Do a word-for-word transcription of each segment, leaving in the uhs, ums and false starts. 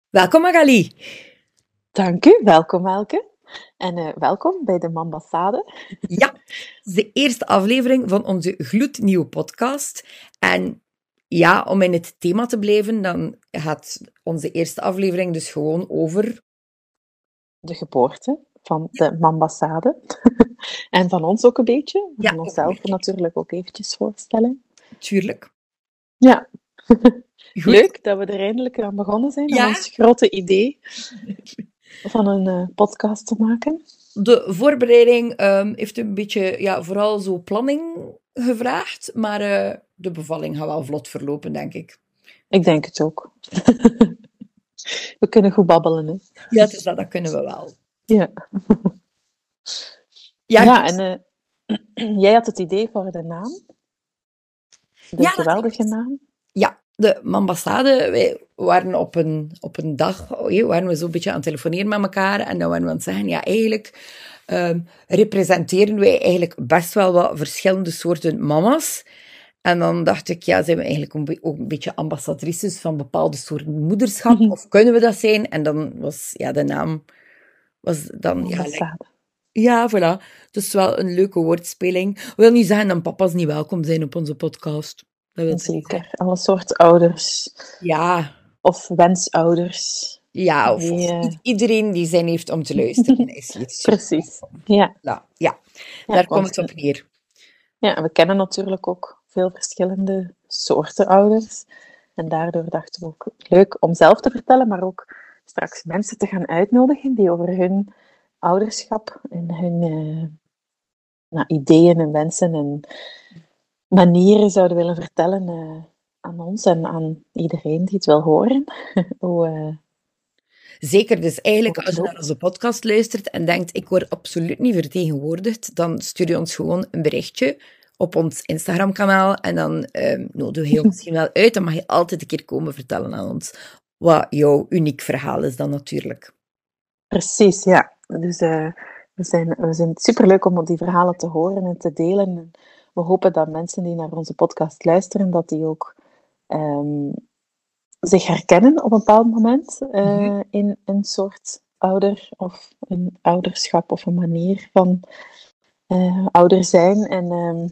Welkom Magali. Dank u, welkom Elke. En uh, welkom bij de Mambassade. Ja, het is de eerste aflevering van onze gloednieuwe podcast. En ja, om in het thema te blijven, dan gaat onze eerste aflevering dus gewoon over... de geboorte van de Mambassade. En van ons ook een beetje. Ja, van onszelf natuurlijk ook eventjes voorstellen. Tuurlijk. Ja. Leuk dat we er eindelijk aan begonnen zijn. Ja. Aan ons grote idee van een uh, podcast te maken. De voorbereiding um, heeft een beetje, ja, vooral zo planning gevraagd. Maar uh, de bevalling gaat wel vlot verlopen, denk ik. Ik denk het ook. We kunnen goed babbelen, hè? Ja, dus dat, dat kunnen we wel. Ja. Ja, ja en uh, jij had het idee voor de naam. De ja, geweldige naam. Ja, de Mambassade, wij waren op een, op een dag, oh, waren we zo'n beetje aan het telefoneren met elkaar en dan waren we aan het zeggen, ja, eigenlijk um, representeren wij eigenlijk best wel wat verschillende soorten mama's. En dan dacht ik, ja, zijn we eigenlijk ook een beetje ambassadrices van bepaalde soorten moederschap, of kunnen we dat zijn? En dan was, ja, de naam was dan... Ja, ja, voilà. Dus wel een leuke woordspeling. Ik wil niet zeggen dat papa's niet welkom zijn op onze podcast. Zeker, alle soorten ouders. Ja. Of wensouders. Ja, of, die, of iedereen die zin heeft om te luisteren. Is iets. Precies, ja. Ja, ja. daar ja, komt het op neer. Ja, en we kennen natuurlijk ook veel verschillende soorten ouders. En daardoor dachten we ook leuk om zelf te vertellen, maar ook straks mensen te gaan uitnodigen die over hun ouderschap en hun uh, nou, ideeën en wensen en manieren zouden willen vertellen uh, aan ons en aan iedereen die het wil horen. Hoe, uh, Zeker, dus eigenlijk als je naar onze podcast luistert en denkt, ik word absoluut niet vertegenwoordigd, dan stuur je ons gewoon een berichtje op ons Instagram-kanaal en dan uh, nodigen we je misschien wel uit. Dan mag je altijd een keer komen vertellen aan ons wat jouw uniek verhaal is dan natuurlijk. Precies, ja. Dus uh, we, zijn, we zijn superleuk om die verhalen te horen en te delen. We hopen dat mensen die naar onze podcast luisteren, dat die ook um, zich herkennen op een bepaald moment uh, mm-hmm. in een soort ouder of een ouderschap of een manier van uh, ouder zijn. En um,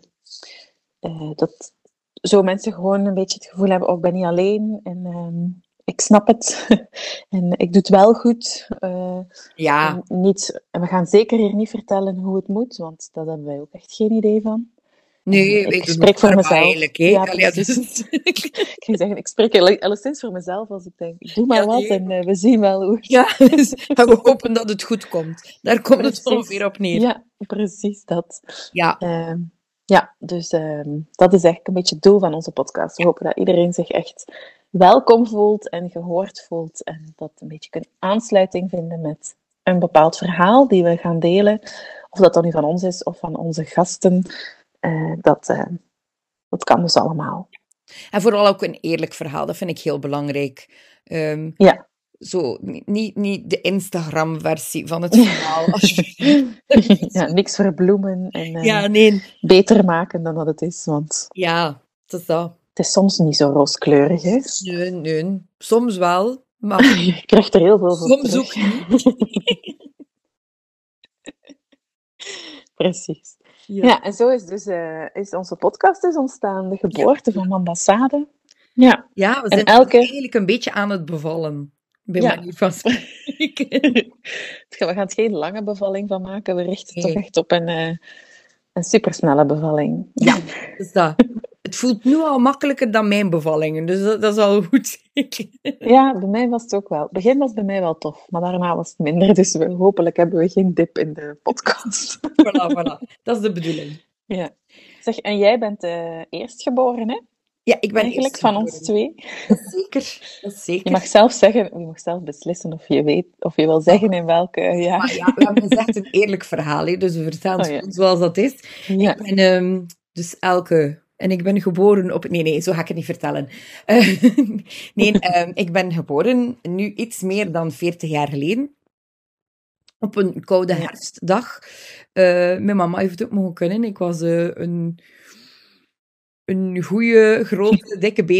uh, dat zo mensen gewoon een beetje het gevoel hebben, oh, ik ben niet alleen en um, ik snap het en ik doe het wel goed. Uh, ja. En, niet, en we gaan zeker hier niet vertellen hoe het moet, want daar hebben wij ook echt geen idee van. Nee, ik spreek voor mezelf. Eigenlijk, ja, ja, dus... ik kan zeggen, ik spreek alleszins voor mezelf als ik denk, ik doe maar ja, wat nee. en uh, we zien wel hoe. Ja, dus we hopen dat het goed komt. Daar komt precies. Het ongeveer op neer. Ja, precies dat. Ja. Uh, ja, dus uh, dat is eigenlijk een beetje het doel van onze podcast. We hopen dat iedereen zich echt welkom voelt en gehoord voelt en dat een beetje een aansluiting vinden met een bepaald verhaal die we gaan delen. Of dat dan nu van ons is of van onze gasten. Uh, dat, uh, dat kan dus allemaal. En vooral ook een eerlijk verhaal, dat vind ik heel belangrijk. Um, ja. Zo, niet, niet de Instagram-versie van het verhaal. Ja, niks verbloemen en uh, ja, nee. beter maken dan dat het is. Want ja, dat is dat. Het is soms niet zo rooskleurig, hè? Nee, nee. Soms wel, maar... Je krijgt er heel veel voor soms terug. ook niet. Precies. Ja. ja, en zo is dus uh, is onze podcast dus ontstaan, de geboorte ja. van Mambassade. Ja, ja we zijn en elke... eigenlijk een beetje aan het bevallen, bij ja. manier van spreken. We gaan er geen lange bevalling van maken, we richten nee. toch echt op een, uh, een supersnelle bevalling. Ja, dus dat. Het voelt nu al makkelijker dan mijn bevallingen, dus dat, dat is al goed. Ja, bij mij was het ook wel. Het begin was bij mij wel tof, maar daarna was het minder. Dus we, hopelijk hebben we geen dip in de podcast. Voilà, voilà. Dat is de bedoeling. Ja. Zeg, en jij bent uh, eerstgeboren, hè? Ja, ik ben eigenlijk van ons twee. Zeker, dat zeker. Je mag zelf zeggen, je mag zelf beslissen of je weet, of je wil zeggen in welke jaar. Maar ja, we hebben gezegd een eerlijk verhaal, hè, dus we vertellen het oh, ja. zoals dat is. Ja. Ik ben um, dus elke... En ik ben geboren op... Nee, nee, zo ga ik het niet vertellen. Uh, nee, uh, ik ben geboren nu iets meer dan veertig jaar geleden. Op een koude herfstdag. Uh, mijn mama heeft het ook mogen kunnen. Ik was uh, een, een goede, grote, dikke baby.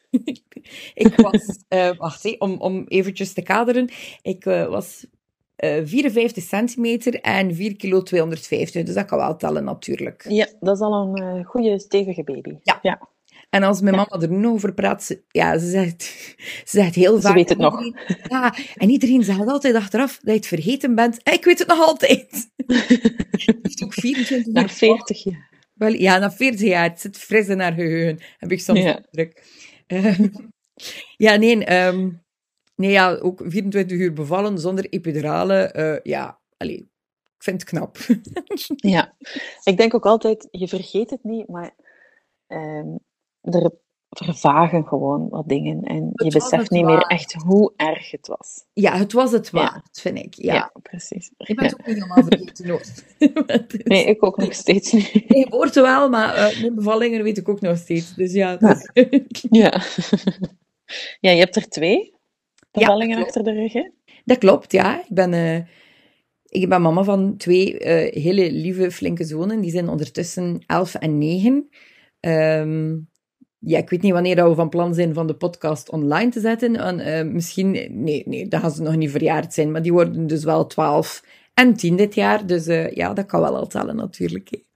Ik was, uh, wacht, hé, om, om eventjes te kaderen, ik uh, was uh, vierenvijftig centimeter en vier kilo tweehonderdvijftig, dus dat kan wel tellen natuurlijk. Ja, dat is al een uh, goede stevige baby. Ja. ja. En als mijn ja. mama er nu over praat, ze, ja, ze zegt, ze zegt heel ze vaak... Ze weet het nog. Iedereen, ja, en iedereen zegt altijd achteraf dat je het vergeten bent. En ik weet het nog altijd. Het heeft ook vierentwintig Na veertig jaar. Wel, ja, na veertig jaar. Het zit fris in haar geheugen, heb ik soms ja. druk. Uh, ja, nee, um, nee, ja, ook vierentwintig uur bevallen zonder epidurale. Uh, ja, allee, ik vind het knap. Ja, ik denk ook altijd, je vergeet het niet, maar... Um, er vervagen gewoon wat dingen. En het je beseft niet waar. meer echt hoe erg het was. Ja, het was het waard, ja. vind ik. Ja, ja precies. Ik ben het ja. ook niet helemaal vergeten, hoor. dus... Nee, ik ook nog steeds niet. Nee, geboorte wel, maar uh, mijn bevallingen weet ik ook nog steeds. Dus ja. Dus... ja. ja, je hebt er twee bevallingen ja, achter de rug, hè? Dat klopt, ja. Ik ben... Uh... Ik ben mama van twee uh, hele lieve, flinke zonen. Die zijn ondertussen elf en negen. Um, ja, ik weet niet wanneer we van plan zijn van de podcast online te zetten. En, uh, misschien, nee, nee, dat gaan ze nog niet verjaard zijn. Maar die worden dus wel twaalf en tien dit jaar. Dus uh, ja, dat kan wel al tellen natuurlijk. Hè.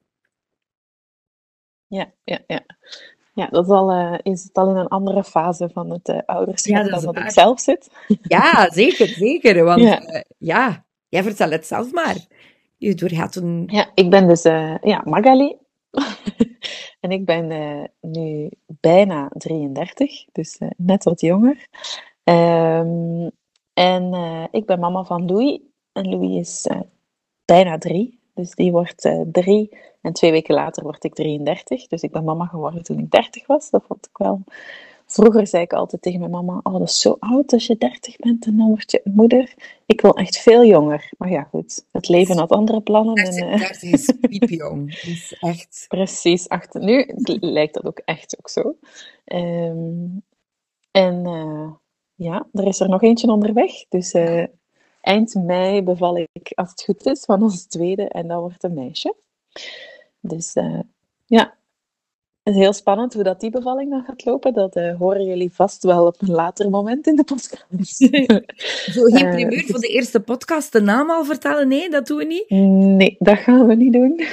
Ja, ja, ja. Ja, dat is, al, uh, is het al in een andere fase van het uh, ouderschap ja, dan dat ik zelf zit. Ja, zeker, zeker. Want ja, uh, ja jij vertel het zelf maar. Je doorgaat een... Ja, ik ben dus uh, ja, Magali. En ik ben uh, nu bijna drieëndertig, dus uh, net wat jonger. Um, en uh, ik ben mama van Louis. En Louis is uh, bijna drie, dus die wordt uh, drie. En twee weken later word ik drieëndertig. Dus ik ben mama geworden toen ik dertig was. Dat vond ik wel... Vroeger zei ik altijd tegen mijn mama, oh, dat is zo oud als je dertig bent en dan word je moeder. Ik wil echt veel jonger. Maar ja, goed. Het leven had andere plannen. dertig is piepjong. Dus echt... Precies. Achter, nu lijkt dat ook echt ook zo. Um, en uh, ja, er is er nog eentje onderweg. Dus uh, eind mei beval ik, als het goed is, van ons tweede. En dat wordt een meisje. Dus uh, ja... Het is heel spannend hoe dat die bevalling dan gaat lopen. Dat uh, horen jullie vast wel op een later moment in de podcast. Zo, geen primeur uh, voor de eerste podcast de naam al vertellen? Nee, dat doen we niet? Nee, dat gaan we niet doen.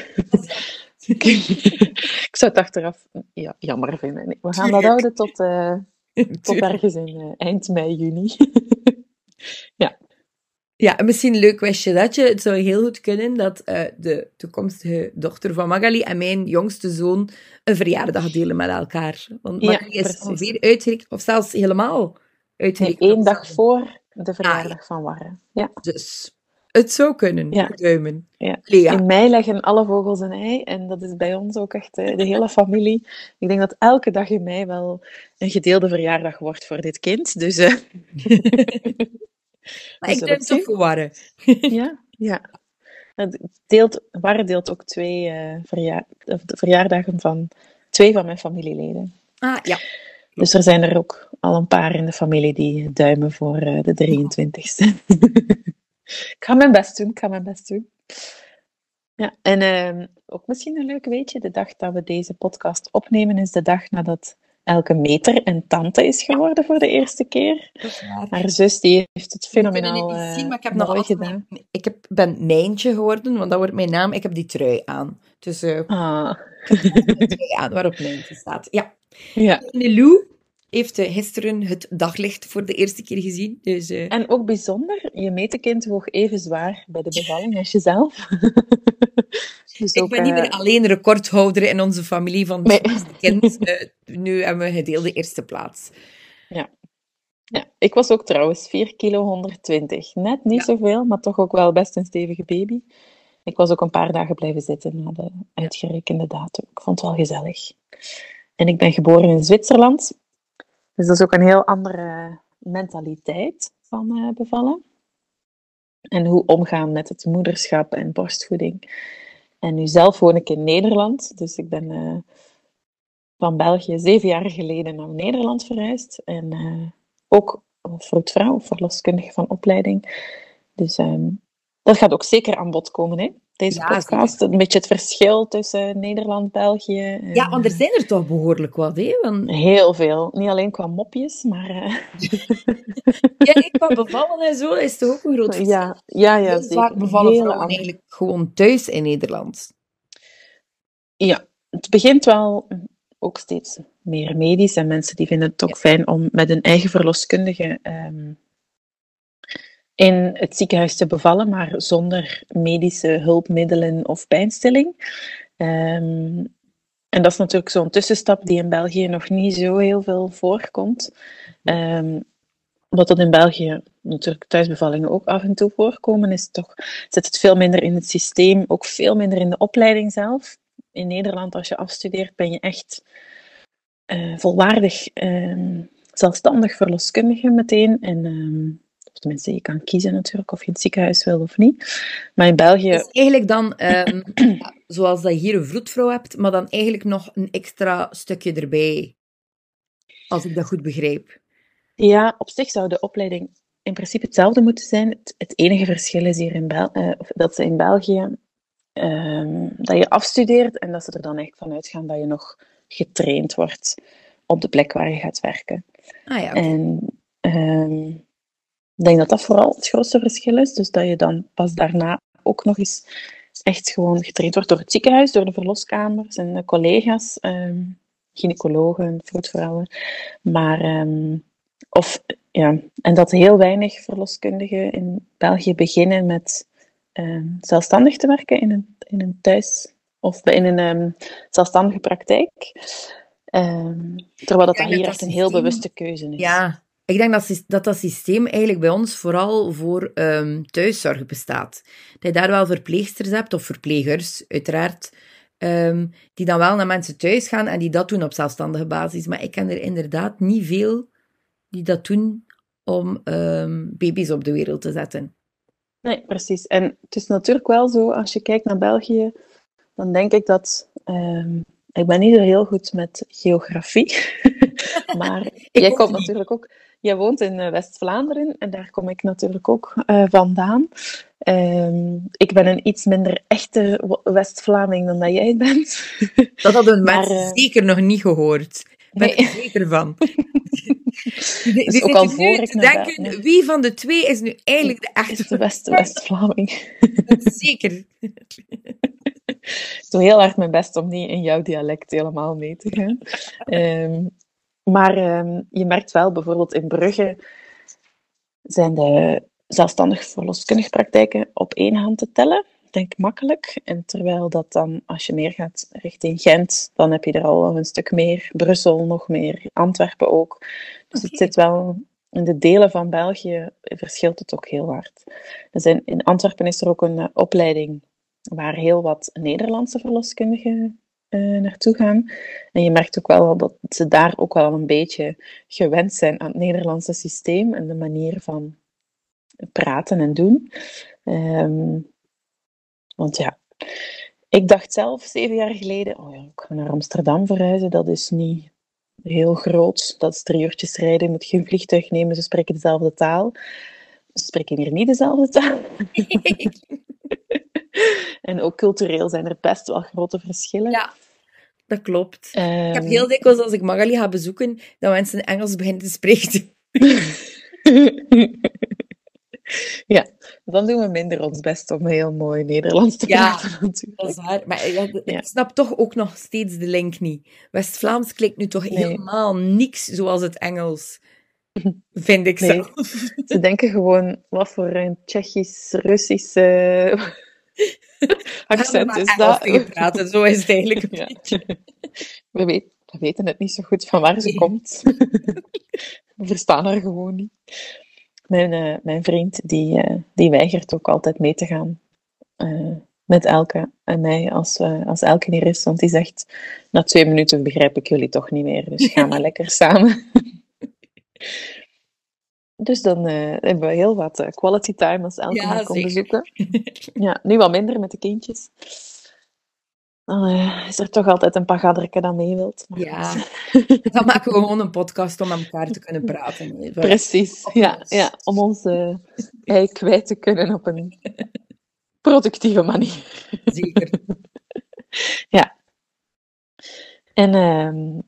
Ik zou het achteraf ja, jammer vinden. Nee, we gaan Tuurlijk. dat houden tot, uh, tot ergens in uh, eind mei, juni. Ja. Ja, en misschien een leuk wistje dat je. Het zou heel goed kunnen dat uh, de toekomstige dochter van Magali en mijn jongste zoon een verjaardag delen met elkaar. Want Magali ja, is ongeveer uitgerekend, of zelfs helemaal uitgerekend. Nee, één dag voor de verjaardag ah, ja. van Warre. Ja. Dus het zou kunnen, ja. duimen. Ja. Ja. In mei leggen alle vogels een ei en dat is bij ons ook echt uh, de hele familie. Ik denk dat elke dag in mei wel een gedeelde verjaardag wordt voor dit kind. Dus... Uh... Maar ik denk toch voor Warre. Ja, ja. Deelt, Warre deelt ook twee uh, verjaar, de verjaardagen van twee van mijn familieleden. Ah, ja. Dus er zijn er ook al een paar in de familie die duimen voor uh, de drieëntwintigste. Ik ga mijn best doen, ik ga mijn best doen. Ja, en uh, ook misschien een leuk weetje, de dag dat we deze podcast opnemen is de dag nadat Elke meter en tante is geworden voor de eerste keer. Haar zus die heeft het fenomenaal uh, zien, maar ik heb nog mooi gedaan. Mijn, ik heb, ben Nijntje geworden, want dat wordt mijn naam. Ik heb die trui aan. Dus uh, ah. ik heb die trui aan waarop Nijntje staat. Ja. Ja. Lou heeft uh, gisteren het daglicht voor de eerste keer gezien. Dus, uh... En ook bijzonder, je metekind woog even zwaar bij de bevalling als jezelf. Dus ik ook, ben niet meer uh... alleen recordhouder in onze familie van het nee. eerste kind. Uh, nu hebben we gedeeld de eerste plaats. Ja. Ja, ik was ook trouwens vier kilo honderdtwintig. Net niet ja. zoveel, maar toch ook wel best een stevige baby. Ik was ook een paar dagen blijven zitten na de uitgerekende datum. Ik vond het wel gezellig. En ik ben geboren in Zwitserland. Dus dat is ook een heel andere mentaliteit van uh, bevallen. En hoe omgaan met het moederschap en borstvoeding. En nu zelf woon ik in Nederland. Dus ik ben uh, van België zeven jaar geleden naar Nederland verhuisd. En uh, ook vroedvrouw, verloskundige van opleiding. Dus um, dat gaat ook zeker aan bod komen, hè? deze Ja, podcast. zeker. Een beetje het verschil tussen Nederland en België. En, Ja, want er uh, zijn er toch behoorlijk wat, hè? Want... heel veel. Niet alleen qua mopjes, maar... Uh... Ja, ik qua bevallen en zo is toch ook een groot verschil. ja, ja, ja, Heel vaak zeker. bevallen Hele vrouwen andere. eigenlijk gewoon thuis in Nederland. Ja, het begint wel ook steeds meer medisch. En mensen die vinden het ook Ja. fijn om met hun eigen verloskundige um, in het ziekenhuis te bevallen, maar zonder medische hulpmiddelen of pijnstilling. Um, en dat is natuurlijk zo'n tussenstap die in België nog niet zo heel veel voorkomt. Um, Wat dat in België natuurlijk thuisbevallingen ook af en toe voorkomen, is toch, zit het veel minder in het systeem, ook veel minder in de opleiding zelf. In Nederland, als je afstudeert, ben je echt uh, volwaardig uh, zelfstandig verloskundige meteen. En, uh, of tenminste, je kan kiezen natuurlijk of je in het ziekenhuis wil of niet. Maar in België... Dus eigenlijk dan, um, ja, zoals dat je hier een vroedvrouw hebt, maar dan eigenlijk nog een extra stukje erbij. Als ik dat goed begrijp. Ja, op zich zou de opleiding in principe hetzelfde moeten zijn. Het, het enige verschil is hier in Bel- uh, dat ze in België um, dat je afstudeert en dat ze er dan echt van uitgaan dat je nog getraind wordt op de plek waar je gaat werken. Ah ja, okay. En um, ik denk dat dat vooral het grootste verschil is. Dus dat je dan pas daarna ook nog eens echt gewoon getraind wordt door het ziekenhuis, door de verloskamers en de collega's, um, gynaecologen, vroedvrouwen. Maar... Um, Of, ja, en dat heel weinig verloskundigen in België beginnen met uh, zelfstandig te werken in een, in een thuis of in een um, zelfstandige praktijk. Um, terwijl dat, dat hier dat echt systeem... een heel bewuste keuze is. Ja, ik denk dat dat, dat systeem eigenlijk bij ons vooral voor um, thuiszorg bestaat. Dat je daar wel verpleegsters hebt, of verplegers, uiteraard, um, die dan wel naar mensen thuis gaan en die dat doen op zelfstandige basis. Maar ik ken er inderdaad niet veel die dat doen om um, baby's op de wereld te zetten. Nee, precies. En het is natuurlijk wel zo, als je kijkt naar België, dan denk ik dat... Um, ik ben niet zo heel goed met geografie, maar jij komt niet. natuurlijk ook... Jij woont in uh, West-Vlaanderen en daar kom ik natuurlijk ook uh, vandaan. Um, ik ben een iets minder echte West-Vlaming dan dat jij bent. Dat hadden mensen uh, zeker nog niet gehoord. Ik ben nee. er zeker van. Dus die ook al voor ik naar denken, nee. Wie van de twee is nu eigenlijk de echte de beste West-Vlaming? Zeker. Ik doe heel hard mijn best om niet in jouw dialect helemaal mee te gaan. Um, maar um, je merkt wel, bijvoorbeeld in Brugge zijn de zelfstandige verloskundige praktijken op één hand te tellen. Ik denk makkelijk. En terwijl dat dan, als je meer gaat richting Gent, dan heb je er al een stuk meer. Brussel nog meer, Antwerpen ook. Dus okay. Het zit wel... In de delen van België verschilt het ook heel hard. Er zijn, in Antwerpen is er ook een uh, opleiding waar heel wat Nederlandse verloskundigen uh, naartoe gaan. En je merkt ook wel dat ze daar ook wel een beetje gewend zijn aan het Nederlandse systeem en de manier van praten en doen. Um, want ja, ik dacht zelf zeven jaar geleden, oh ja, ik ga naar Amsterdam verhuizen, dat is niet heel groot. Dat is drie uurtjes rijden, je moet geen vliegtuig nemen, ze spreken dezelfde taal. Ze spreken hier niet dezelfde taal. En ook cultureel zijn er best wel grote verschillen. Ja, dat klopt. Um, ik heb heel dikwijls, als ik Magali ga bezoeken, dat mensen Engels beginnen te spreken. Ja, dan doen we minder ons best om heel mooi Nederlands te praten. Ja, natuurlijk. Dat is waar. Maar ja, ik ja. snap toch ook nog steeds de link niet. West-Vlaams klinkt nu toch nee. helemaal niks zoals het Engels. Vind ik nee. zelf. Ze denken gewoon, wat voor een Tsjechisch, Russische accent is dat? Engels praten, zo is het eigenlijk een ja. beetje. We, weet, we weten het niet zo goed van waar ze nee. komt. We verstaan haar gewoon niet. Mijn, uh, mijn vriend, die, uh, die weigert ook altijd mee te gaan uh, met Elke en mij als, uh, als Elke hier is. Want die zegt, na twee minuten begrijp ik jullie toch niet meer. Dus ga maar lekker samen. Dus dan uh, hebben we heel wat uh, quality time als Elke ja, maar komt bezoeken. Ja, nu wat minder met de kindjes. Dan uh, is er toch altijd een pagadreke dat mee wilt. Maar ja, dan maken we gewoon een podcast om met elkaar te kunnen praten. Even. Precies, ja, ja, om ons uh, ei kwijt te kunnen op een productieve manier. Zeker. Ja. En um,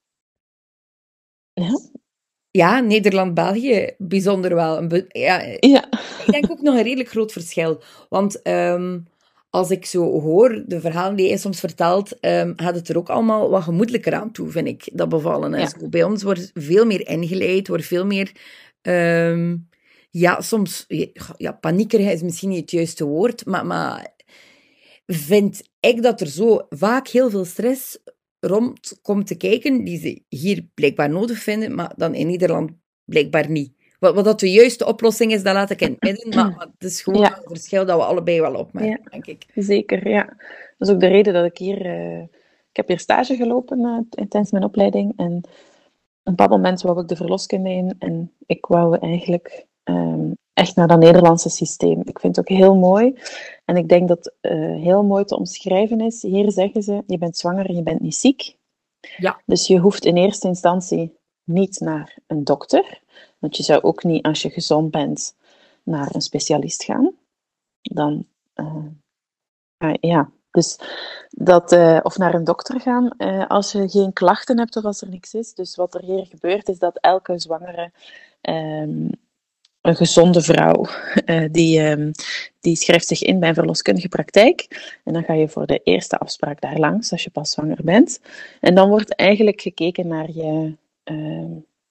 ja. Ja, Nederland-België, bijzonder wel. Een be- ja, Ja. ik denk ook nog een redelijk groot verschil. Want um, als ik zo hoor, de verhalen die hij soms vertelt, um, gaat het er ook allemaal wat gemoedelijker aan toe, vind ik, dat bevallen. Ja. Zo, bij ons wordt veel meer ingeleid, wordt veel meer... Um, ja, soms... Ja, paniekerig is misschien niet het juiste woord, maar, maar vind ik dat er zo vaak heel veel stress rond komt te kijken, die ze hier blijkbaar nodig vinden, maar dan in Nederland blijkbaar niet. Wat, wat dat de juiste oplossing is, dat laat ik in het midden, maar, maar het is gewoon ja. een verschil dat we allebei wel opmerken, ja. denk ik. Zeker, ja. Dat is ook de reden dat ik hier... Uh, ik heb hier stage gelopen uh, tijdens mijn opleiding en op een bepaald moment wou ik de verloskunde in en ik wou eigenlijk um, echt naar dat Nederlandse systeem. Ik vind het ook heel mooi en ik denk dat uh, heel mooi te omschrijven is. Hier zeggen ze, je bent zwanger en je bent niet ziek. Ja. Dus je hoeft in eerste instantie niet naar een dokter. Want je zou ook niet, als je gezond bent, naar een specialist gaan. Dan, uh, uh, ja, dus dat, uh, of naar een dokter gaan uh, als je geen klachten hebt of als er niks is. Dus wat er hier gebeurt, is dat elke zwangere, um, een gezonde vrouw, uh, die, um, die schrijft zich in bij een verloskundige praktijk. En dan ga je voor de eerste afspraak daar langs, als je pas zwanger bent. En dan wordt eigenlijk gekeken naar je... Uh,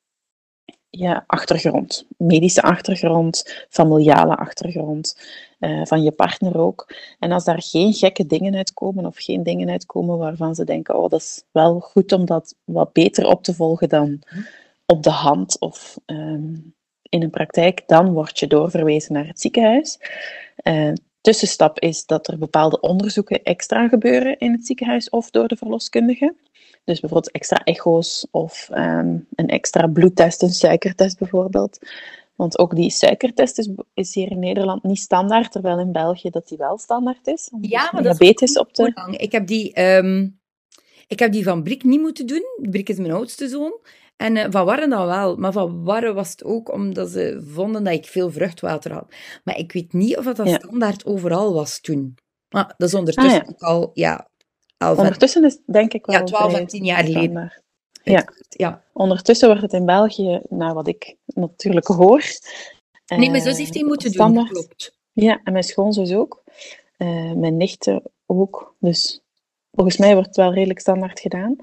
je achtergrond, medische achtergrond, familiale achtergrond, uh, van je partner ook. En als daar geen gekke dingen uitkomen of geen dingen uitkomen waarvan ze denken, oh, dat is wel goed om dat wat beter op te volgen dan op de hand of um, in een praktijk, dan word je doorverwezen naar het ziekenhuis. Uh, tussenstap is dat er bepaalde onderzoeken extra gebeuren in het ziekenhuis of door de verloskundige. Dus bijvoorbeeld extra echo's of um, een extra bloedtest, een suikertest bijvoorbeeld. Want ook die suikertest is, is hier in Nederland niet standaard, terwijl in België dat die wel standaard is. Om ja, dus maar diabetes dat is op te... Ik heb die, um, ik heb die van Brik niet moeten doen. Brik is mijn oudste zoon. En uh, van Warren dan wel. Maar van Warren was het ook omdat ze vonden dat ik veel vruchtwater had. Maar ik weet niet of dat, dat ja. standaard overal was toen. Maar dat is ondertussen ah, ja. ook al... Ja, Ondertussen is denk ik wel ja, twaalf en tien jaar geleden. Ja. ja. Ondertussen wordt het in België, naar wat ik natuurlijk hoor... Nee, mijn zus heeft die moeten standaard. doen, klopt. Ja, en mijn schoonzus ook. Uh, mijn nichten ook. Dus volgens mij wordt het wel redelijk standaard gedaan.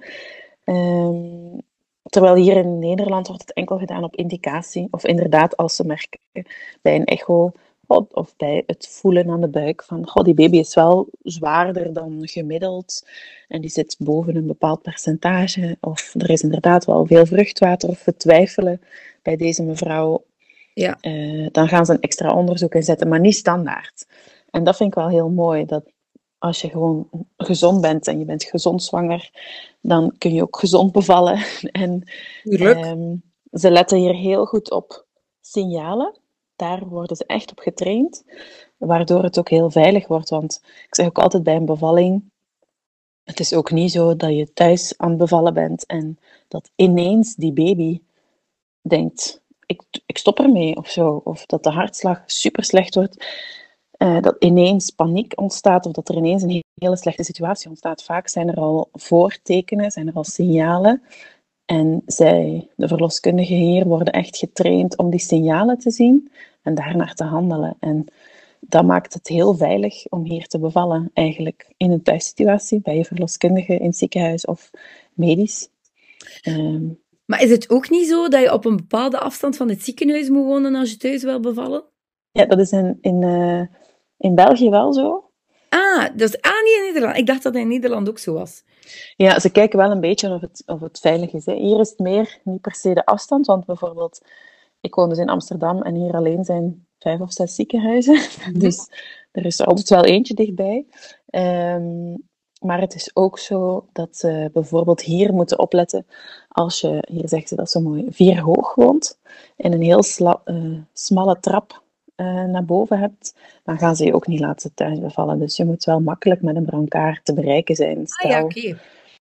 Um, terwijl hier in Nederland wordt het enkel gedaan op indicatie. Of inderdaad als ze merken bij een echo... of bij het voelen aan de buik van, goh, die baby is wel zwaarder dan gemiddeld en die zit boven een bepaald percentage, of er is inderdaad wel veel vruchtwater, of we twijfelen bij deze mevrouw, ja. uh, dan gaan ze een extra onderzoek inzetten, maar niet standaard. En dat vind ik wel heel mooi, dat als je gewoon gezond bent en je bent gezond zwanger, dan kun je ook gezond bevallen. En um, ze letten hier heel goed op signalen. Daar worden ze echt op getraind, waardoor het ook heel veilig wordt. Want ik zeg ook altijd bij een bevalling, het is ook niet zo dat je thuis aan het bevallen bent en dat ineens die baby denkt, ik, ik stop ermee of zo. Of dat de hartslag super slecht wordt, uh, dat ineens paniek ontstaat of dat er ineens een hele slechte situatie ontstaat. Vaak zijn er al voortekenen, zijn er al signalen. En zij, de verloskundigen hier, worden echt getraind om die signalen te zien en daarnaar te handelen. En dat maakt het heel veilig om hier te bevallen, eigenlijk in een thuissituatie, bij je verloskundige in het ziekenhuis of medisch. Um, maar is het ook niet zo dat je op een bepaalde afstand van het ziekenhuis moet wonen als je thuis wil bevallen? Ja, dat is in, in, uh, in België wel zo. Ah, dat is ah, niet in Nederland. Ik dacht dat dat in Nederland ook zo was. Ja, ze kijken wel een beetje of het, of het veilig is. Hè. Hier is het meer niet per se de afstand, want bijvoorbeeld, ik woon dus in Amsterdam en hier alleen zijn vijf of zes ziekenhuizen. Mm-hmm. Dus er is altijd wel eentje dichtbij. Um, maar het is ook zo dat ze bijvoorbeeld hier moeten opletten als je, hier zegt ze dat zo mooi, vier hoog woont en een heel sla, uh, smalle trap uh, naar boven hebt, dan gaan ze je ook niet laten thuis bevallen. Dus je moet wel makkelijk met een brancard te bereiken zijn. Stel, ah ja, oké. Okay.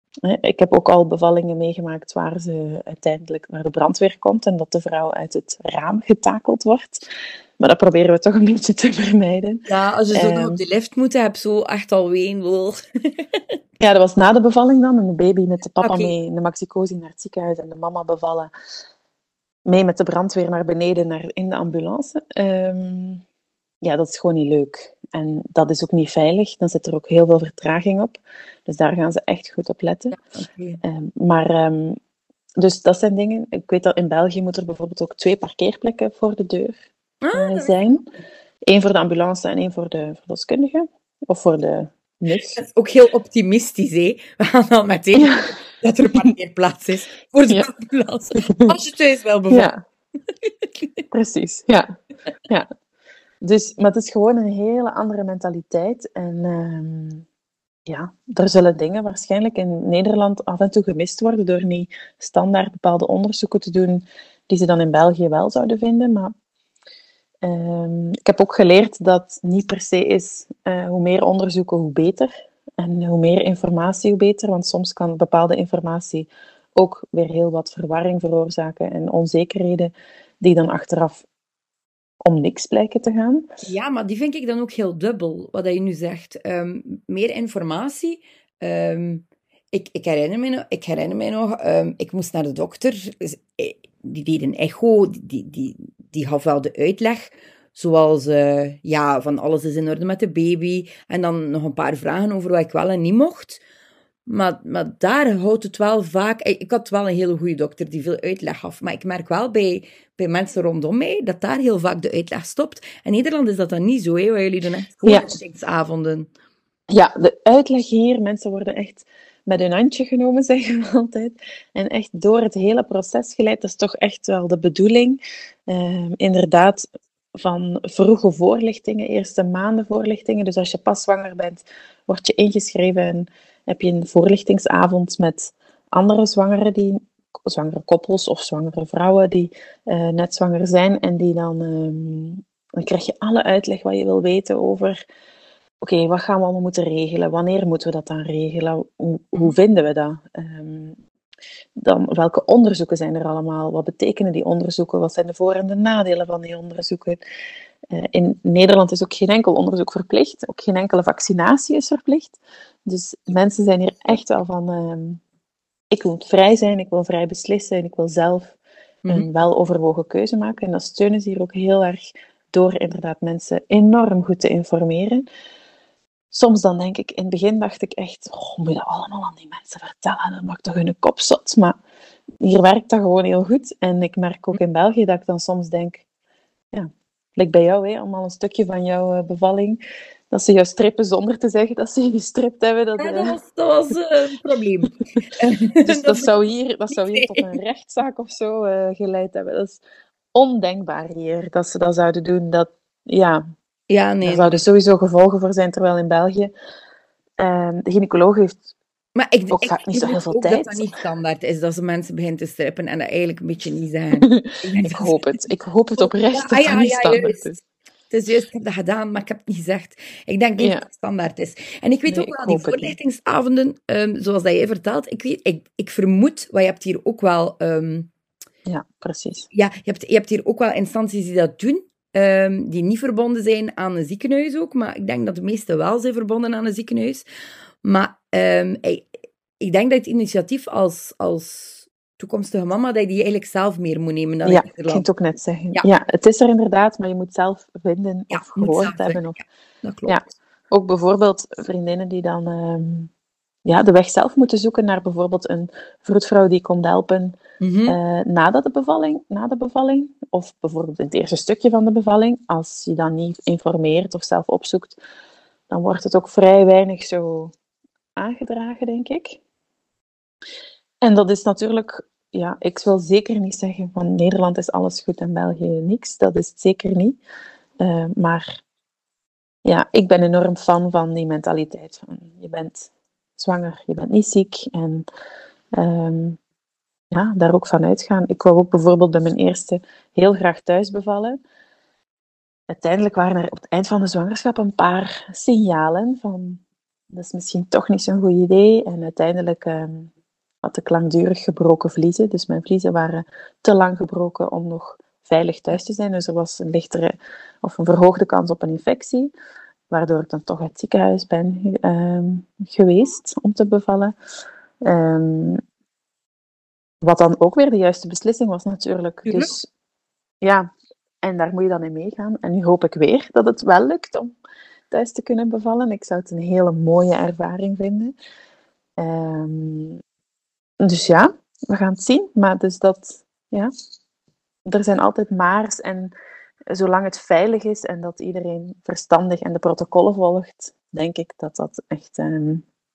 Ik heb ook al bevallingen meegemaakt waar ze uiteindelijk naar de brandweer komt en dat de vrouw uit het raam getakeld wordt. Maar dat proberen we toch een beetje te vermijden. Ja, als je zo nog Um, op de lift moet, heb je zo echt al ween. ja, dat was na de bevalling dan. En de baby met de papa Okay. mee in de Maxicosi naar het ziekenhuis en de mama bevallen mee met de brandweer naar beneden naar, in de ambulance. Um, ja, dat is gewoon niet leuk. En dat is ook niet veilig. Dan zit er ook heel veel vertraging op. Dus daar gaan ze echt goed op letten. Ja, okay. Um, maar, um, dus dat zijn dingen. Ik weet dat in België moet er bijvoorbeeld ook twee parkeerplekken voor de deur ah, uh, zijn. Eén voor de ambulance en één voor de verloskundige. Of voor de nurse. Dat is ook heel optimistisch, hè. We gaan dan meteen ja. dat er een parkeerplaats is voor de ja. ambulance. Als je thuis wel bevalt. Ja. Precies, ja. ja. Dus, maar het is gewoon een hele andere mentaliteit. En um, ja, er zullen dingen waarschijnlijk in Nederland af en toe gemist worden door niet standaard bepaalde onderzoeken te doen die ze dan in België wel zouden vinden. Maar um, ik heb ook geleerd dat niet per se is uh, hoe meer onderzoeken, hoe beter. En hoe meer informatie, hoe beter. Want soms kan bepaalde informatie ook weer heel wat verwarring veroorzaken en onzekerheden die dan achteraf om niks blijken te gaan. Ja, maar die vind ik dan ook heel dubbel, wat je nu zegt. Um, meer informatie. Um, ik, ik herinner me nog, ik, herinner me nog um, ik moest naar de dokter. Die deed een echo, die, die, die gaf wel de uitleg. Zoals, uh, ja, van alles is in orde met de baby. En dan nog een paar vragen over wat ik wel en niet mocht. Maar, maar daar houdt het wel vaak... Ik had wel een hele goede dokter die veel uitleg gaf. Maar ik merk wel bij, bij mensen rondom mij dat daar heel vaak de uitleg stopt. In Nederland is dat dan niet zo, hè, waar jullie dan echt voorlichtingsavonden... Ja. ja, de uitleg hier, mensen worden echt met hun handje genomen, zeggen we altijd. En echt door het hele proces geleid. Dat is toch echt wel de bedoeling. Uh, inderdaad, van vroege voorlichtingen, eerste maanden voorlichtingen. Dus als je pas zwanger bent, word je ingeschreven en heb je een voorlichtingsavond met andere zwangeren, die, zwangere koppels of zwangere vrouwen die uh, net zwanger zijn. En die dan, um, dan krijg je alle uitleg wat je wil weten over... Oké, okay, wat gaan we allemaal moeten regelen? Wanneer moeten we dat dan regelen? Hoe, hoe vinden we dat? Um, dan, welke onderzoeken zijn er allemaal? Wat betekenen die onderzoeken? Wat zijn de voor- en de nadelen van die onderzoeken? Uh, in Nederland is ook geen enkel onderzoek verplicht. Ook geen enkele vaccinatie is verplicht. Dus mensen zijn hier echt wel van... Uh, ik wil vrij zijn, ik wil vrij beslissen en ik wil zelf mm-hmm. een weloverwogen keuze maken. En dat steunen ze hier ook heel erg door inderdaad mensen enorm goed te informeren. Soms dan denk ik, in het begin dacht ik echt, oh, moet je dat allemaal aan die mensen vertellen? Dat maakt toch hun kop zot? Maar hier werkt dat gewoon heel goed. En ik merk ook in België dat ik dan soms denk, ja, lijkt bij jou, hè, allemaal een stukje van jouw uh, bevalling, dat ze jou strippen zonder te zeggen dat ze je gestript hebben. Dat, uh... ja, dat was, dat was uh, een probleem. Dus dat, dat, zou hier, dat zou hier tot een rechtszaak of zo uh, geleid hebben. Dat is ondenkbaar hier, dat ze dat zouden doen. Dat, ja... Ja, nee. Daar zouden sowieso gevolgen voor zijn, terwijl in België uh, de gynaecoloog heeft maar ik, ook ik, vaak niet ik zo heel veel ook tijd. Dat dat niet standaard is, dat ze mensen beginnen te strippen en dat eigenlijk een beetje niet zijn. ik ik hoop het. Ik hoop het oprecht ja, dat ah, ja, dat niet ja, standaard juist. is. Het is juist, ik heb dat gedaan, maar ik heb het niet gezegd. Ik denk niet ja. dat het standaard is. En ik weet nee, ook wel, die voorlichtingsavonden, um, zoals dat jij vertelt, ik, weet, ik, ik vermoed, wat je hebt hier ook wel... Um, ja, precies. Ja, je hebt, je hebt hier ook wel instanties die dat doen. Um, die niet verbonden zijn aan een ziekenhuis ook, maar ik denk dat de meeste wel zijn verbonden aan een ziekenhuis. Maar um, ik, ik denk dat het initiatief als, als toekomstige mama, dat je die eigenlijk zelf meer moet nemen dan ja, in Nederland. Ja, ik ging het ook net zeggen. Ja. ja, het is er inderdaad, maar je moet zelf vinden ja, of gehoord hebben. Of... Ja, dat klopt. Ja, ook bijvoorbeeld vriendinnen die dan... Um... Ja, de weg zelf moeten zoeken naar bijvoorbeeld een vroedvrouw die komt helpen mm-hmm. uh, na, de bevalling, na de bevalling. Of bijvoorbeeld in het eerste stukje van de bevalling. Als je dan niet informeert of zelf opzoekt, dan wordt het ook vrij weinig zo aangedragen, denk ik. En dat is natuurlijk... Ja, ik wil zeker niet zeggen van Nederland is alles goed en België niks. Dat is het zeker niet. Uh, maar ja, ik ben enorm fan van die mentaliteit. Van, je bent... zwanger, je bent niet ziek en um, ja, daar ook van uitgaan. Ik wou ook bijvoorbeeld bij mijn eerste heel graag thuis bevallen. Uiteindelijk waren er op het eind van de zwangerschap een paar signalen van dat is misschien toch niet zo'n goed idee. En uiteindelijk ehm, had ik langdurig gebroken vliezen. Dus mijn vliezen waren te lang gebroken om nog veilig thuis te zijn. Dus er was een lichtere of een verhoogde kans op een infectie. Waardoor ik dan toch uit het ziekenhuis ben ehm, geweest om te bevallen. Ehm, wat dan ook weer de juiste beslissing was natuurlijk. Tuurlijk. Dus ja, en daar moet je dan in meegaan. En nu hoop ik weer dat het wel lukt om thuis te kunnen bevallen. Ik zou het een hele mooie ervaring vinden. Ehm, dus ja, we gaan het zien. Maar dus dat, ja, er zijn altijd maars. En zolang het veilig is en dat iedereen verstandig en de protocollen volgt, denk ik dat dat echt, ehm,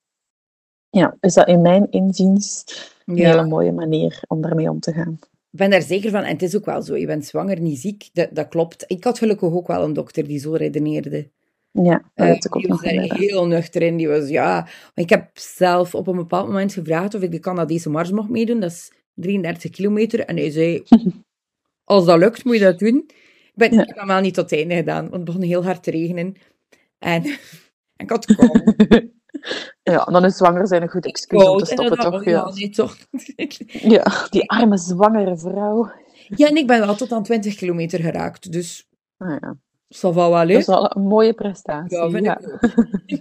ja, is dat in mijn inziens een Ja. hele mooie manier om daarmee om te gaan. Ik ben daar zeker van. En het is ook wel zo. Je bent zwanger, niet ziek. Dat, dat klopt. Ik had gelukkig ook wel een dokter die zo redeneerde. Ja, dat Uh, weet ik ook die was nog daar inderdaad. heel nuchter in. Die was, ja... Ik heb zelf op een bepaald moment gevraagd of ik de Canadese mars mocht meedoen. Dat is drieëndertig kilometer. En hij zei, als dat lukt, moet je dat doen. Ik, ben, Ja. ik heb hem wel niet tot het einde gedaan, want het begon heel hard te regenen. En, en ik had kou. Ja, dan is zwanger zijn een goed excuus om Koud, te stoppen, inderdaad. toch? Ja, Ja. nee, toch. Ja, die arme zwangere vrouw. Ja, en ik ben wel tot aan twintig kilometer geraakt. Dus, Ah, ja. ça va wel, Dat hè? is wel een mooie prestatie. Ja, vind Ja, ik ook.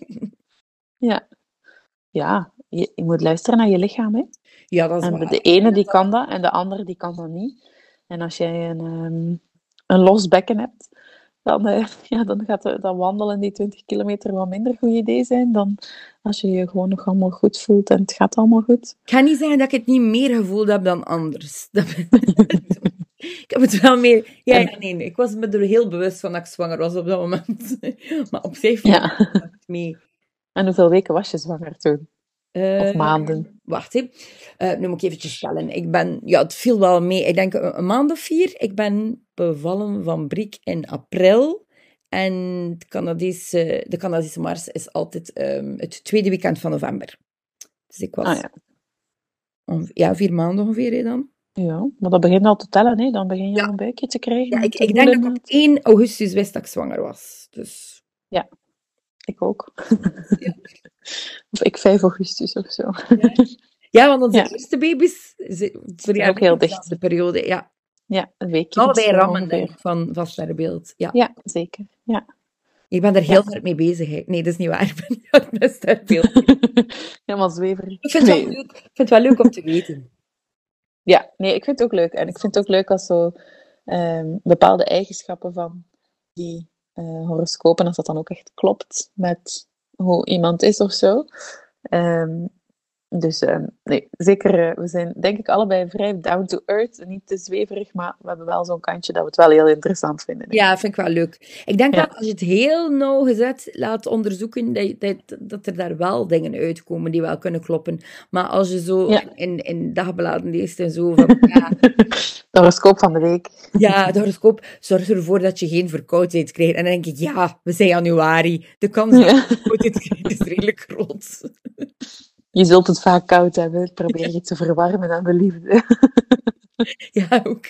ja. Ja, je, je moet luisteren naar je lichaam, hè. Ja, dat is En waar. de ene die kan dat en de andere die kan dat niet. En als jij een, um, een los bekken hebt, dan, uh, ja, dan gaat de, dat wandelen die twintig kilometer wat minder een goed idee zijn dan als je je gewoon nog allemaal goed voelt en het gaat allemaal goed. Ik ga niet zeggen dat ik het niet meer gevoeld heb dan anders. Dat... ik heb het wel meer... Ja, ja, nee, nee. Ik was me er heel bewust van dat ik zwanger was op dat moment. Maar op zich vond Ja. ik het mee. En hoeveel weken was je zwanger toen? Uh, of maanden? Wacht, hè. Uh, nu moet ik eventjes tellen. Ik ben... Ja, het viel wel mee. Ik denk een, een maand of vier. Ik ben bevallen van Briek in april. En het Canadese, de Canadese mars is altijd um, het tweede weekend van november. Dus ik was... Ah, ja. Onge- ja, vier maanden ongeveer, hè, dan. Ja, maar dat begint al te tellen, hè. Dan begin je Ja. al een buikje te krijgen. Ja, ik, te ik denk dat voelen. ik op één augustus wist dat ik zwanger was. Dus... Ja, ik ook. Ja. Of ik vijf augustus of zo. Ja, ja, want onze Ja. eerste baby's verjaarden ook heel in dicht. de periode. Ja. Ja, een weekje. Allebei dus, rammen, ongeveer. denk ik, van vast naar beeld. Ja. Ja, zeker. Ja. Ik ben er heel Ja. hard mee bezig. Hè. Nee, dat is niet waar. Ik ben heel hard best naar beeld. Helemaal zweverig. Ik vind, het Nee. wel leuk. ik vind het wel leuk om te weten. Ja, nee, ik vind het ook leuk. En ik vind het ook leuk als zo um, bepaalde eigenschappen van die uh, horoscopen, als dat dan ook echt klopt met hoe iemand is of zo. Um, dus um, nee, zeker, uh, we zijn denk ik allebei vrij down to earth. Niet te zweverig, maar we hebben wel zo'n kantje dat we het wel heel interessant vinden. Ja, dat vind ik wel leuk. Ik denk Ja. dat als je het heel nauwgezet laat onderzoeken, dat, dat, dat er daar wel dingen uitkomen die wel kunnen kloppen. Maar als je zo Ja. in, in dagbladen leest en zo van, ja, De horoscoop van de week. ja, de horoscoop zorgt ervoor dat je geen verkoudheid krijgt. En dan denk ik, ja, we zijn januari. De kans dat je verkoudheid krijgt is redelijk groot. Je zult het vaak koud hebben. Probeer je te verwarmen aan de liefde. Ja, ook.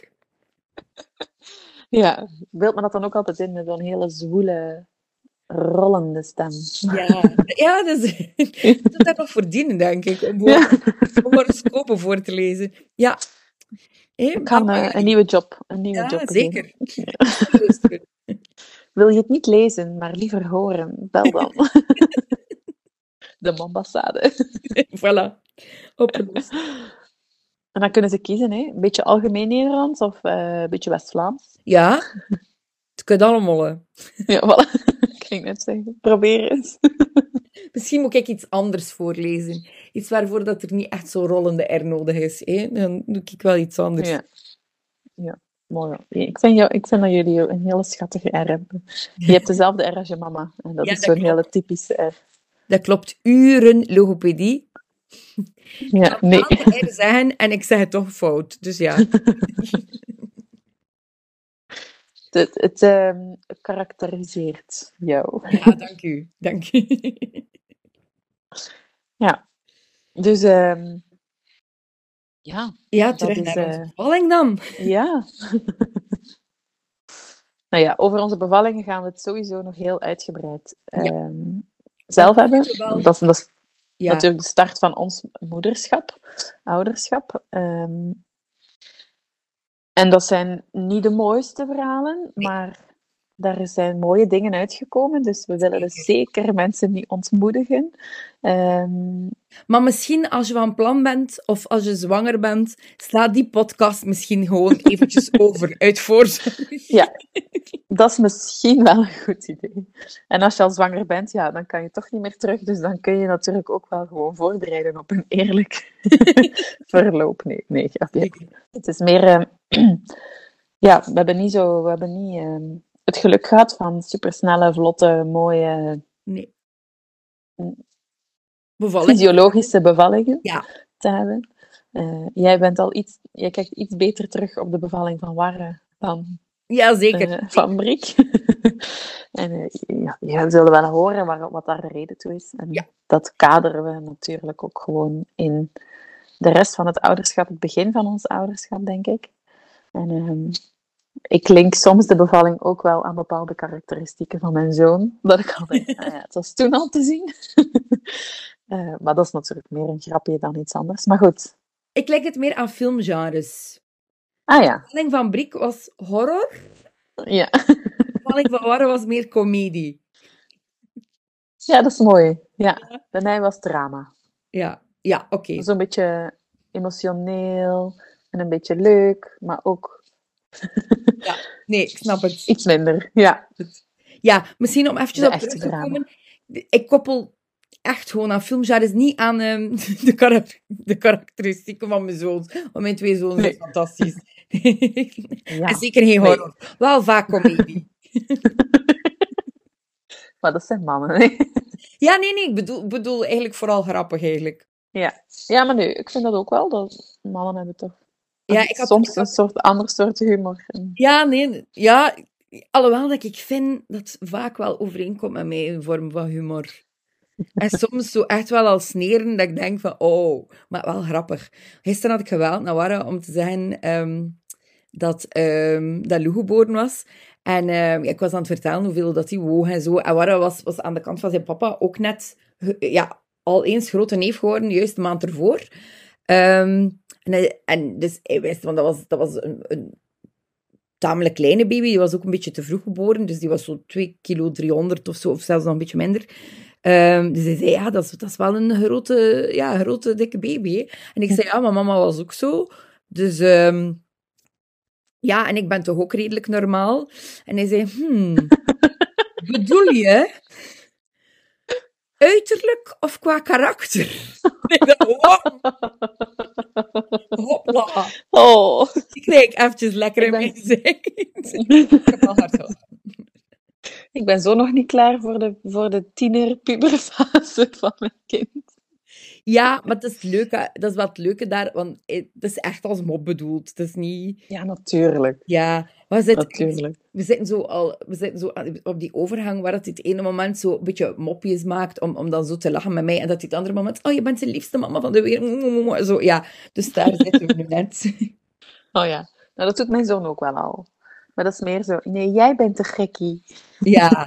Ja, beeld me dat dan ook altijd in met zo'n hele zwoele, rollende stem. Ja, ja dus, ik moet daar nog voor dienen, denk ik, om, Ja. om horoscopen voor te lezen. Ja. Hey, Ik ga een, een nieuwe job. Een nieuwe ja, job zeker. beginnen. Wil je het niet lezen, maar liever horen? Bel dan. De ambassade. Voilà. Opgelost. En dan kunnen ze kiezen, hè? Een beetje algemeen Nederlands of uh, een beetje West-Vlaams. Ja, het kan allemaal. Hè. Ja, voilà. Ik ging net zeggen. Probeer eens. Misschien moet ik iets anders voorlezen. Iets waarvoor dat er niet echt zo'n rollende R nodig is. Hè? Dan doe ik wel iets anders. Ja. Ja. Mooi. Ik vind, jou, ik vind dat jullie een hele schattige R hebben. Je hebt dezelfde R als je mama. En dat Ja, is dat zo'n klopt. hele typische R. Dat klopt. Uren logopedie. Ja, ik kan nee. altijd R zeggen en ik zeg het toch fout. Dus ja. Het, het um, karakteriseert jou. Ja, dank u. Dank u. Ja. Dus, um, ja. Ja, terug is, naar onze uh, bevalling dan. Ja. Nou ja, over onze bevallingen gaan we het sowieso nog heel uitgebreid Ja. um, zelf hebben. Wel. Dat is, dat is Ja. natuurlijk de start van ons moederschap, ouderschap. Um, en dat zijn niet de mooiste verhalen, maar daar zijn mooie dingen uitgekomen. Dus we willen dus zeker mensen niet ontmoedigen. Um, maar misschien als je van plan bent, of als je zwanger bent, sla die podcast misschien gewoon eventjes over, uit voorzorg. Ja, dat is misschien wel een goed idee. En als je al zwanger bent, ja, dan kan je toch niet meer terug. Dus dan kun je natuurlijk ook wel gewoon voorbereiden op een eerlijk verloop. Nee, nee, grapje. Het is meer... Uh, ja, we hebben niet zo... We hebben niet uh, het geluk gehad van supersnelle, vlotte, mooie... Nee. Bevalling. Fysiologische bevallingen ja. te hebben. Uh, jij bent al iets... Jij kijkt iets beter terug op de bevalling van Warre dan... Ja, zeker. Uh, van Brik. En uh, ja, we zullen wel horen waar, wat daar de reden toe is. En ja. dat kaderen we natuurlijk ook gewoon in de rest van het ouderschap, het begin van ons ouderschap, denk ik. En um, ik link soms de bevalling ook wel aan bepaalde karakteristieken van mijn zoon. Dat ik al denk, ah ja, het was toen al te zien. uh, maar dat is natuurlijk meer een grapje dan iets anders. Maar goed. Ik link het meer aan filmgenres. Ah ja. De bevalling van Brik was horror. Ja. De bevalling van Warre was meer comedie. Ja, dat is mooi. Ja. Bij mij was drama. Ja, ja oké. Okay. Zo'n beetje emotioneel en een beetje leuk, maar ook... ja, nee, ik snap het. Iets minder, ja. Ja, misschien om eventjes op terug te komen. Ik koppel echt gewoon aan filmgenres, niet aan um, de, karak- de karakteristieken van mijn zoons. Want mijn twee zoons zijn nee. fantastisch. Ja. En zeker geen horror. Nee. Wel vaak comedie. Maar dat zijn mannen, hè? Ja, nee, nee. Ik bedoel, bedoel eigenlijk vooral grappig, eigenlijk. Ja. Ja, maar nee, ik vind dat ook wel. Dat mannen hebben toch ja, ik had, soms ik had... een soort ander soort humor. Ja, nee. Ja, alhoewel dat ik vind dat het vaak wel overeenkomt met mij in vorm van humor. En soms zo echt wel al sneren dat ik denk van, oh, maar wel grappig. Gisteren had ik geweld naar Warre om te zeggen um, dat, um, dat Lou geboren was. En um, ik was aan het vertellen hoeveel dat hij woog en zo. En Warre was, was aan de kant van zijn papa ook net, ja, al eens grote neef geworden, juist de maand ervoor. Um, en, en dus hij wist, want dat was, dat was een, een tamelijk kleine baby. Die was ook een beetje te vroeg geboren. Dus die was zo twee kilo driehonderd of zo, of zelfs nog een beetje minder. Um, dus hij zei, ja, dat is, dat is wel een grote, ja, grote, dikke baby. Hè? En ik zei, ja, maar mama was ook zo. Dus, um, ja, en ik ben toch ook redelijk normaal. En hij zei, hmm, bedoel je uiterlijk of qua karakter? Ik dacht, wow. Hopla. Oh. Ik kreeg eventjes lekker in mijn zin. Ik heb al hard gelachen. Ik ben zo nog niet klaar voor de, voor de tiener-puberfase van mijn kind. Ja, maar het is leuk, hè. Dat is wat leuke daar, want het is echt als mop bedoeld. Het is niet... Ja, natuurlijk. Ja, maar we zitten, natuurlijk. We zitten zo al, we zitten zo op die overgang waar het het ene moment zo een beetje mopjes maakt om, om dan zo te lachen met mij en dat het andere moment, oh, je bent de liefste mama van de wereld. Zo, ja, dus daar zitten we nu net. Oh ja, nou, dat doet mijn zoon ook wel al. Maar dat is meer zo, nee, jij bent de gekkie. Ja.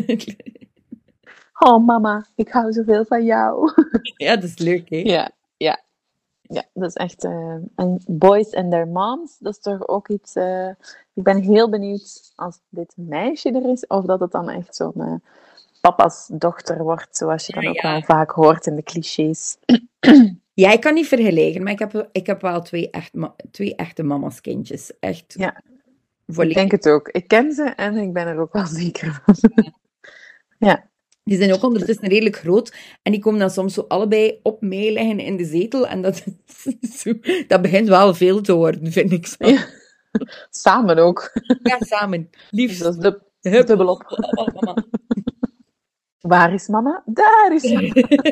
Oh, mama, ik hou zoveel van jou. Ja, dat is leuk, hè? Ja, ja. Ja, dat is echt... Uh, en boys and their moms, dat is toch ook iets... Uh, ik ben heel benieuwd als dit meisje er is, of dat het dan echt zo'n uh, papa's dochter wordt, zoals je dan ja, ook ja. wel vaak hoort in de clichés. Ja, ik kan niet vergelijken, maar ik heb, ik heb wel twee, echt, twee echte mama's kindjes. Echt. Ja, volledig. Ik denk het ook. Ik ken ze en ik ben er ook wel zeker van. Ja. Ja. Die zijn ook ondertussen redelijk groot. En die komen dan soms zo allebei op mij liggen in de zetel. En dat, zo, dat begint wel veel te worden, vind ik zo. Ja. Samen ook. Ja, samen. Liefst. Dat is de, dubbel op. Mama. Waar is mama? Daar is mama.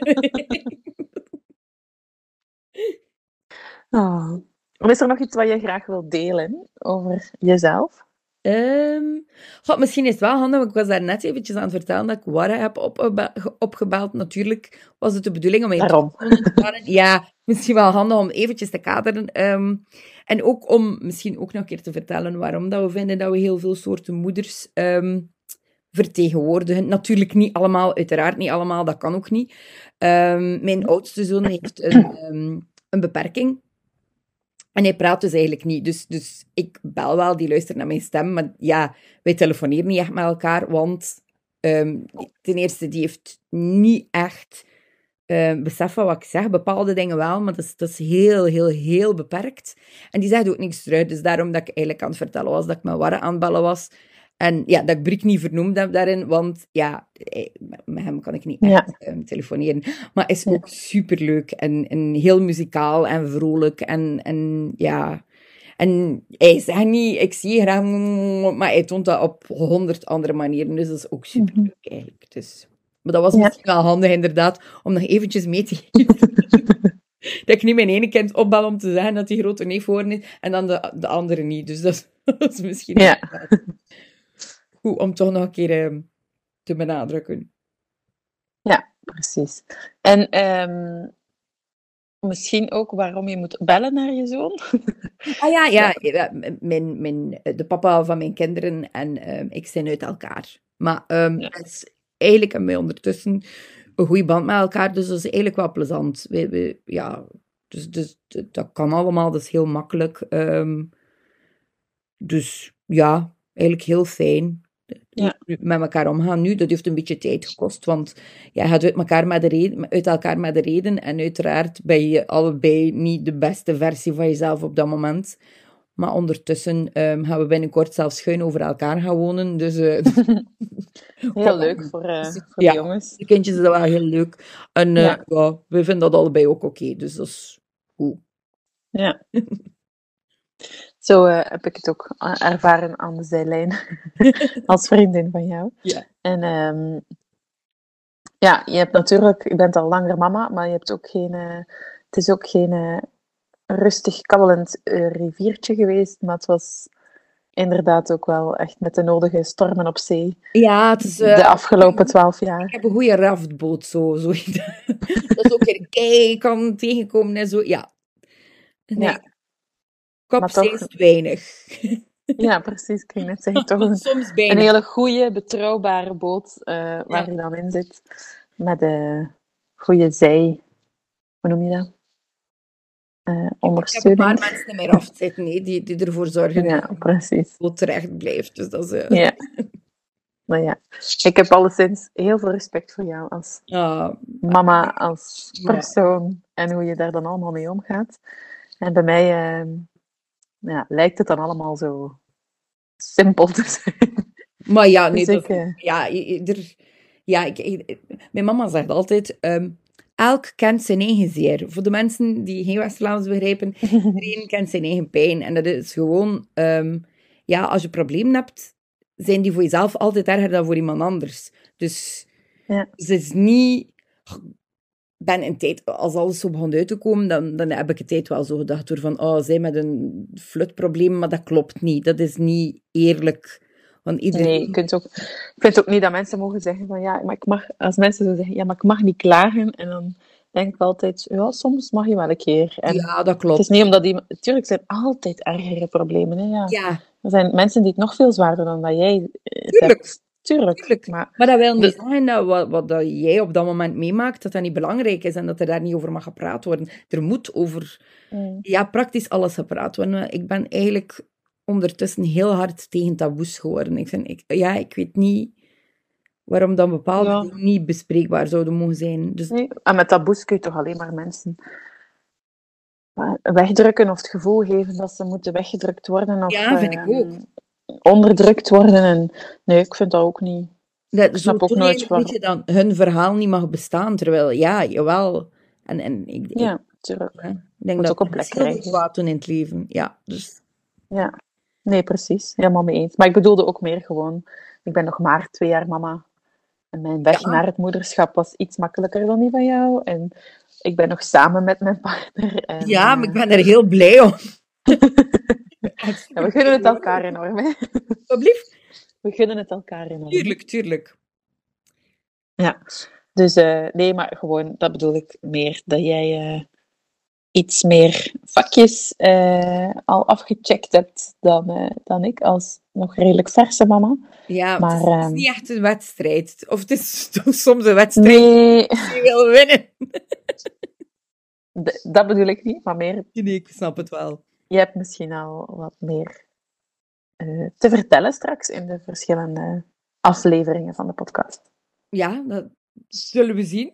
Oh. Is er nog iets wat je graag wilt delen over jezelf? Um, God, misschien is het wel handig, want ik was daar net eventjes aan het vertellen dat ik Warre heb op, opgebeld. Natuurlijk was het de bedoeling om mij Daarom. te bellen. Ja, misschien wel handig om eventjes te kaderen. Um, en ook om misschien ook nog een keer te vertellen waarom dat we vinden dat we heel veel soorten moeders um, vertegenwoordigen. Natuurlijk niet allemaal, uiteraard niet allemaal, dat kan ook niet. Um, mijn oudste zoon heeft een, um, een beperking. En hij praat dus eigenlijk niet. Dus, dus ik bel wel, die luistert naar mijn stem. Maar ja, wij telefoneren niet echt met elkaar. Want um, ten eerste, die heeft niet echt uh, besef van wat ik zeg. Bepaalde dingen wel, maar dat is, dat is heel, heel, heel beperkt. En die zegt ook niks eruit. Dus daarom dat ik eigenlijk aan het vertellen was dat ik met Warre aan het bellen was. En ja, dat ik Brik niet vernoemd heb daarin, want ja, met hem kan ik niet echt ja. um, telefoneren. Maar is ook ja. superleuk en, en heel muzikaal en vrolijk en, en ja... En hij zegt niet, ik zie je graag, maar hij toont dat op honderd andere manieren, dus dat is ook superleuk mm-hmm. eigenlijk. Dus, maar dat was ja. misschien wel handig inderdaad, om nog eventjes mee te geven. Dat ik niet mijn ene kind opbel om te zeggen dat hij grote neef geworden is, en dan de, de andere niet. Dus dat, dat is misschien... Ja. Goed, om toch nog een keer uh, te benadrukken. Ja, precies. En um, misschien ook waarom je moet bellen naar je zoon? Ah ja, ja. ja mijn, mijn, de papa van mijn kinderen en um, ik zijn uit elkaar. Maar um, ja. het is, eigenlijk hebben wij ondertussen een goede band met elkaar, dus dat is eigenlijk wel plezant. We, we, ja, dus, dus dat kan allemaal, dat is heel makkelijk. Um, dus ja, eigenlijk heel fijn. Ja. Met elkaar omgaan nu, dat heeft een beetje tijd gekost, want ja, je gaat uit elkaar, met de reden, uit elkaar met de reden en uiteraard ben je allebei niet de beste versie van jezelf op dat moment. Maar ondertussen um, gaan we binnenkort zelfs schuin over elkaar gaan wonen, dus... Uh, heel leuk voor, uh, voor ja, de jongens. De kindjes is dat wel heel leuk. En uh, ja. Ja, we vinden dat allebei ook oké, okay, dus dat is goed. Ja. Zo uh, heb ik het ook ervaren aan de zijlijn, als vriendin van jou. Ja. En um, ja, je hebt natuurlijk, je bent al langer mama, maar je hebt ook geen, uh, het is ook geen uh, rustig kabbelend uh, riviertje geweest, maar het was inderdaad ook wel echt met de nodige stormen op zee. Ja, het is... Uh, de afgelopen twaalf jaar. Ik heb een goede raftboot, zo. zo. Dat is ook een kei kan tegenkomen en zo, ja. Nee. Ja. Kopzee is weinig. Ja, precies. Ik ging net zeggen, toch een, Soms een hele goede, betrouwbare boot uh, waar ja. je dan in zit. Met een goede zij... Hoe noem je dat? Uh, ondersteuning. Ik heb een paar mensen meer af te zitten, nee, die, die ervoor zorgen ja, dat precies. het boot terecht blijft. Dus dat is... Uh... Ja. Maar ja, ik heb alleszins heel veel respect voor jou als uh, mama, als persoon. Ja. En hoe je daar dan allemaal mee omgaat. En bij mij... Uh, Ja, lijkt het dan allemaal zo simpel te zijn. Maar ja, nee, dus dat, ik, uh... ja, er, ja ik, ik, mijn mama zegt altijd, um, elk kent zijn eigen zeer. Voor de mensen die geen West-Vlaams begrijpen, iedereen kent zijn eigen pijn. En dat is gewoon, um, ja, als je problemen hebt, zijn die voor jezelf altijd erger dan voor iemand anders. Dus ja. het is niet... ben in tijd, als alles zo begon uit te komen, dan, dan heb ik een tijd wel zo gedacht door van, oh, zij met een flutprobleem, maar dat klopt niet. Dat is niet eerlijk. Want iedereen... Nee, je kunt ook, ik vind ook niet dat mensen mogen zeggen van, ja, maar ik mag, als mensen zo zeggen, ja, maar ik mag niet klagen, en dan denk ik altijd, ja, soms mag je wel een keer. En ja, dat klopt. Het is niet omdat die, natuurlijk zijn altijd ergere problemen, hè, ja. Ja. Er zijn mensen die het nog veel zwaarder dan dat jij het Tuurlijk. hebt. Tuurlijk. Tuurlijk. Maar, maar dat wil niet de... zeggen dat wat, wat dat jij op dat moment meemaakt, dat dat niet belangrijk is en dat er daar niet over mag gepraat worden. Er moet over mm. ja, praktisch alles gepraat worden. Ik ben eigenlijk ondertussen heel hard tegen taboes geworden. Ik vind, ik, ja, ik weet niet waarom dan bepaalde ja. dingen niet bespreekbaar zouden mogen zijn. Dus... Nee. En met taboes kun je toch alleen maar mensen wegdrukken of het gevoel geven dat ze moeten weggedrukt worden. Of, ja, vind ik ook. Onderdrukt worden. En nee, ik vind dat ook niet. Dat, ik snap ook nooit waar... je dan hun verhaal niet mag bestaan, terwijl, ja, jawel. En, en ik, ik, ja, natuurlijk. Ja, ik denk moet dat ook het heel veel kwaad doen in het leven. Ja, dus... ja, nee, precies. Helemaal mee eens. Maar ik bedoelde ook meer gewoon, ik ben nog maar twee jaar mama. En mijn weg ja. naar het moederschap was iets makkelijker dan die van jou. En ik ben nog samen met mijn partner. En, ja, maar ik ben er heel blij om. Ja, we gunnen het elkaar enorm, hè. Alsjeblieft. We gunnen het elkaar enorm. Tuurlijk, tuurlijk. Ja, dus uh, nee, maar gewoon, dat bedoel ik meer, dat jij uh, iets meer vakjes uh, al afgecheckt hebt dan, uh, dan ik, als nog redelijk verse mama. Ja, maar, het, is, het is niet echt een wedstrijd. Of het is soms een wedstrijd nee. die wil winnen. De, dat bedoel ik niet, maar meer... Nee, ik snap het wel. Je hebt misschien al wat meer uh, te vertellen straks in de verschillende afleveringen van de podcast. Ja, dat zullen we zien.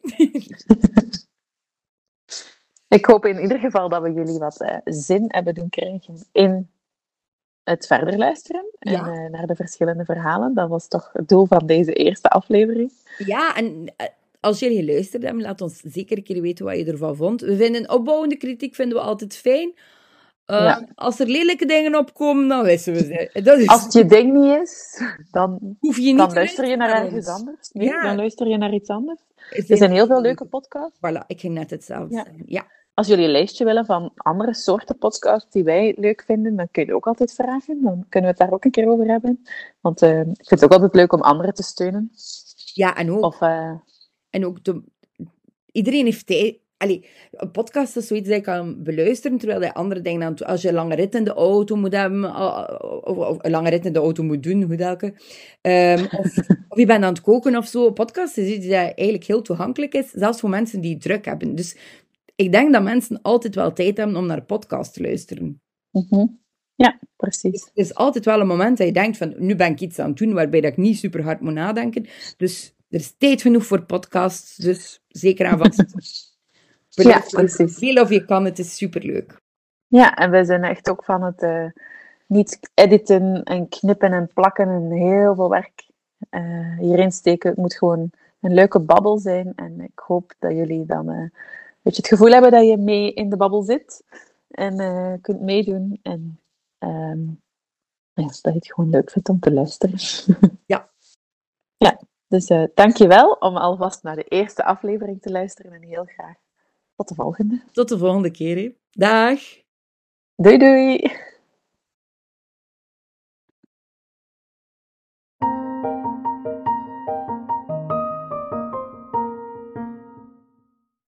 Ik hoop in ieder geval dat we jullie wat uh, zin hebben doen krijgen in het verder luisteren en ja. uh, naar de verschillende verhalen. Dat was toch het doel van deze eerste aflevering. Ja, en uh, als jullie geluisterd hebben, laat ons zeker een keer weten wat je ervan vond. We vinden opbouwende kritiek vinden we altijd fijn. Uh, ja. Als er lelijke dingen opkomen, dan wissen we ze. Dat is... Als het je ding niet is, dan, Hoef je niet dan luister je naar ergens anders. Nee, ja. Dan luister je naar iets anders. Er zijn, zijn heel veel leuke podcasts. Voilà, ik ging net hetzelfde ja. zeggen. Ja. Als jullie een lijstje willen van andere soorten podcasts die wij leuk vinden, dan kun je ook altijd vragen. Dan kunnen we het daar ook een keer over hebben. Want uh, ik vind het ook altijd leuk om anderen te steunen. Ja, en ook... Of, uh... En ook de... Iedereen heeft tijd... Allee, een podcast is zoiets dat je kan beluisteren, terwijl je andere dingen aan... Als je een lange rit in de auto moet hebben, of, of een lange rit in de auto moet doen, hoe dat um, of, of je bent aan het koken of zo. Een podcast is iets dat eigenlijk heel toegankelijk is, zelfs voor mensen die druk hebben. Dus ik denk dat mensen altijd wel tijd hebben om naar een podcast te luisteren. Mm-hmm. Ja, precies. Dus er is altijd wel een moment dat je denkt van, nu ben ik iets aan het doen waarbij dat ik niet super hard moet nadenken. Dus er is tijd genoeg voor podcasts, dus zeker aan vast. Ja, precies. Veel of je kan, het is superleuk. Ja, en wij zijn echt ook van het uh, niet editen en knippen en plakken en heel veel werk uh, hierin steken. Het moet gewoon een leuke babbel zijn. En ik hoop dat jullie dan uh, een beetje het gevoel hebben dat je mee in de babbel zit. En uh, kunt meedoen. En um, ja, dat je het gewoon leuk vindt om te luisteren. Ja. Ja, dus uh, dankjewel om alvast naar de eerste aflevering te luisteren. En heel graag tot de volgende. Tot de volgende keer. Hè. Dag. Doei doei.